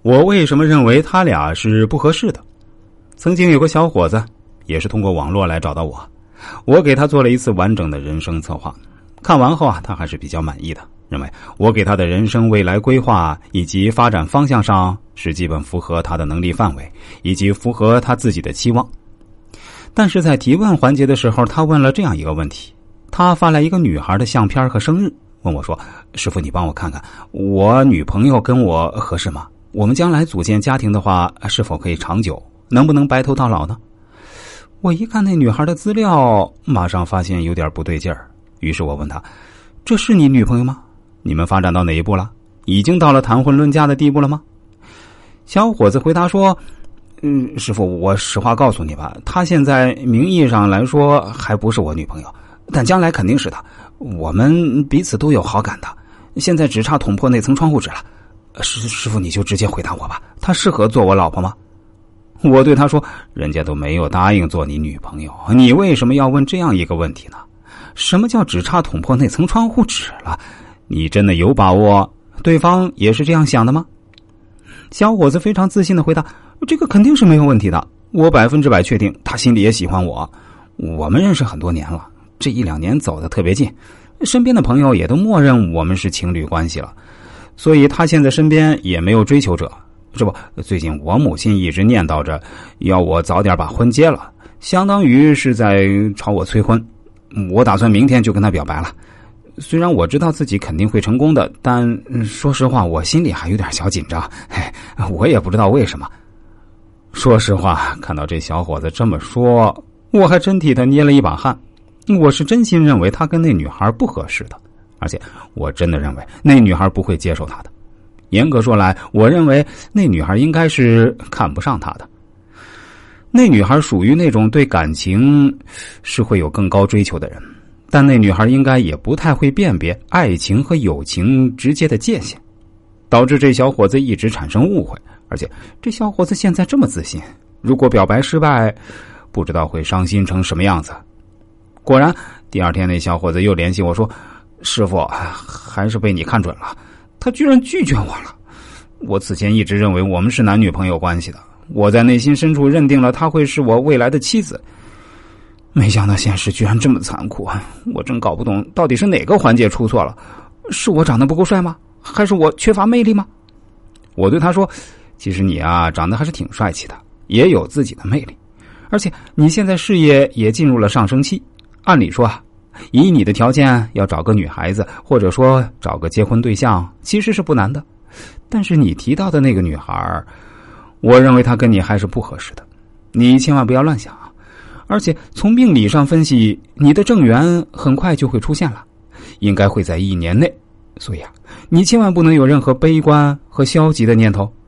我为什么认为他俩是不合适的？曾经有个小伙子也是通过网络来找到我，我给他做了一次完整的人生策划。看完后他还是比较满意的，认为我给他的人生未来规划以及发展方向上是基本符合他的能力范围，以及符合他自己的期望。但是在提问环节的时候，他问了这样一个问题，他发来一个女孩的相片和生日，问我说：师傅，你帮我看看，我女朋友跟我合适吗？我们将来组建家庭的话，是否可以长久？能不能白头到老呢？我一看那女孩的资料，马上发现有点不对劲儿。于是我问她：这是你女朋友吗？你们发展到哪一步了？已经到了谈婚论嫁的地步了吗？小伙子回答说：师傅，我实话告诉你吧，她现在名义上来说还不是我女朋友，但将来肯定是的。我们彼此都有好感的，现在只差捅破那层窗户纸了。师傅，你就直接回答我吧，她适合做我老婆吗？我对他说：人家都没有答应做你女朋友，你为什么要问这样一个问题呢？什么叫只差捅破那层窗户纸了？你真的有把握对方也是这样想的吗？小伙子非常自信地回答：这个肯定是没有问题的，我100%确定他心里也喜欢我，我们认识很多年了，这1-2年走得特别近，身边的朋友也都默认我们是情侣关系了，所以他现在身边也没有追求者。这不，最近我母亲一直念叨着要我早点把婚结了，相当于是在朝我催婚。我打算明天就跟她表白了。虽然我知道自己肯定会成功的，但说实话我心里还有点小紧张，我也不知道为什么。说实话，看到这小伙子这么说，我还真替他捏了一把汗。我是真心认为他跟那女孩不合适的，而且我真的认为那女孩不会接受他的。严格说来，我认为那女孩应该是看不上他的。那女孩属于那种对感情是会有更高追求的人，但那女孩应该也不太会辨别爱情和友情之间的界限，导致这小伙子一直产生误会。而且这小伙子现在这么自信，如果表白失败，不知道会伤心成什么样子。果然，第2天那小伙子又联系我说：师傅，还是被你看准了，他居然拒绝我了。我此前一直认为我们是男女朋友关系的，我在内心深处认定了她会是我未来的妻子。没想到现实居然这么残酷，我真搞不懂到底是哪个环节出错了，是我长得不够帅吗？还是我缺乏魅力吗？我对他说：其实你长得还是挺帅气的，也有自己的魅力，而且你现在事业也进入了上升期，按理说以你的条件要找个女孩子，或者说找个结婚对象，其实是不难的。但是你提到的那个女孩，我认为她跟你还是不合适的，你千万不要乱想。而且从命理上分析，你的正缘很快就会出现了，应该会在1年内，所以你千万不能有任何悲观和消极的念头。